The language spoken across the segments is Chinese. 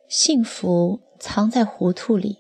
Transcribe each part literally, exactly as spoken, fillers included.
幸福藏在糊涂里。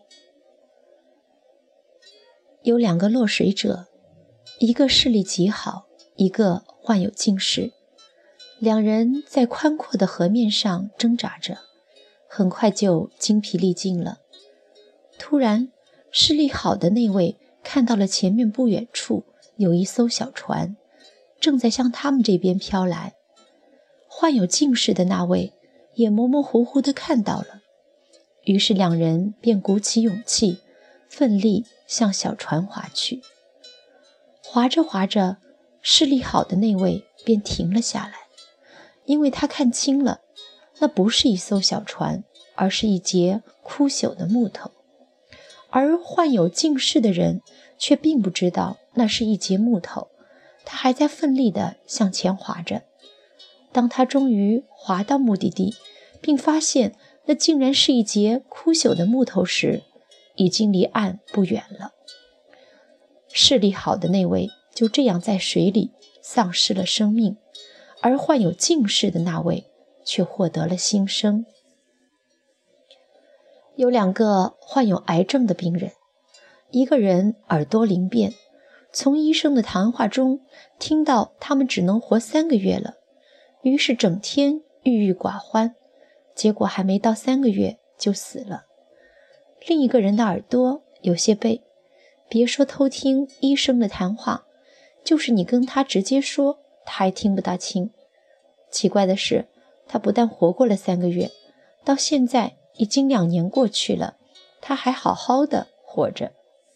有两个落水者，一个视力极好，一个患有近视。两人在宽阔的河面上挣扎着，很快就精疲力尽了。突然，视力好的那位看到了前面不远处有一艘小船，正在向他们这边飘来。患有近视的那位也模模糊糊地看到了，于是两人便鼓起勇气，奋力向小船划去。划着划着，视力好的那位便停了下来，因为他看清了，那不是一艘小船，而是一截枯朽的木头。而患有近视的人却并不知道那是一截木头，他还在奋力地向前划着。当他终于划到目的地，并发现那竟然是一截枯朽的木头时，已经离岸不远了。视力好的那位就这样在水里丧失了生命，而患有近视的那位却获得了新生。有两个患有癌症的病人，一个人耳朵灵便，从医生的谈话中听到他们只能活三个月了，于是整天郁郁寡欢，结果还没到三个月就死了。另一个人的耳朵有些背，别说偷听医生的谈话，就是你跟他直接说，他还听不大清。奇怪的是，他不但活过了三个月，到现在已经两年过去了，他还好好的活着。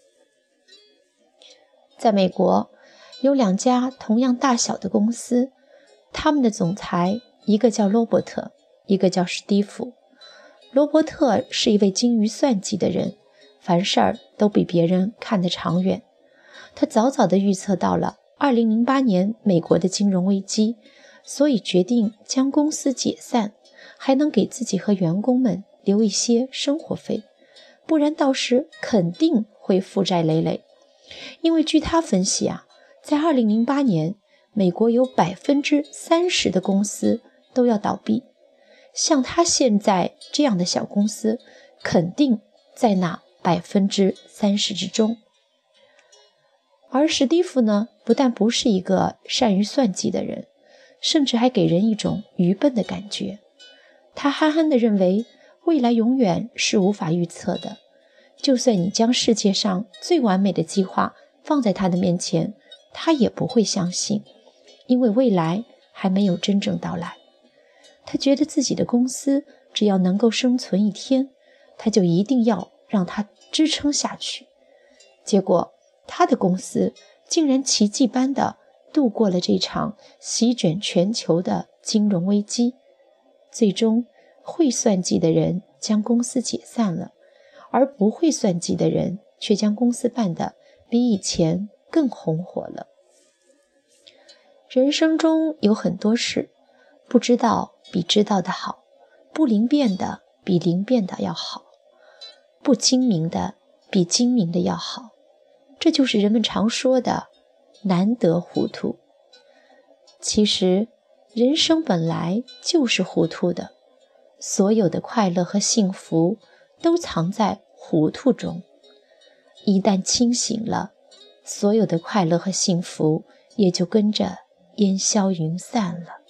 在美国，有两家同样大小的公司，他们的总裁一个叫罗伯特，一个叫史蒂夫。罗伯特是一位精于算计的人，凡事儿都比别人看得长远。他早早地预测到了二零零八年美国的金融危机，所以决定将公司解散，还能给自己和员工们留一些生活费，不然到时肯定会负债累累。因为据他分析啊，在二零零八年，美国有百分之三十的公司都要倒闭，像他现在这样的小公司，肯定在那百分之三十之中。而史蒂夫呢，不但不是一个善于算计的人，甚至还给人一种愚笨的感觉。他憨憨地认为，未来永远是无法预测的，就算你将世界上最完美的计划放在他的面前，他也不会相信，因为未来还没有真正到来。他觉得自己的公司只要能够生存一天，他就一定要让它支撑下去。结果他的公司竟然奇迹般地度过了这场席卷全球的金融危机。最终，会算计的人将公司解散了，而不会算计的人却将公司办得比以前更红火了。人生中有很多事，不知道比知道的好，不灵便的比灵便的要好，不精明的比精明的要好。这就是人们常说的难得糊涂。其实人生本来就是糊涂的，所有的快乐和幸福都藏在糊涂中。一旦清醒了，所有的快乐和幸福也就跟着烟消云散了。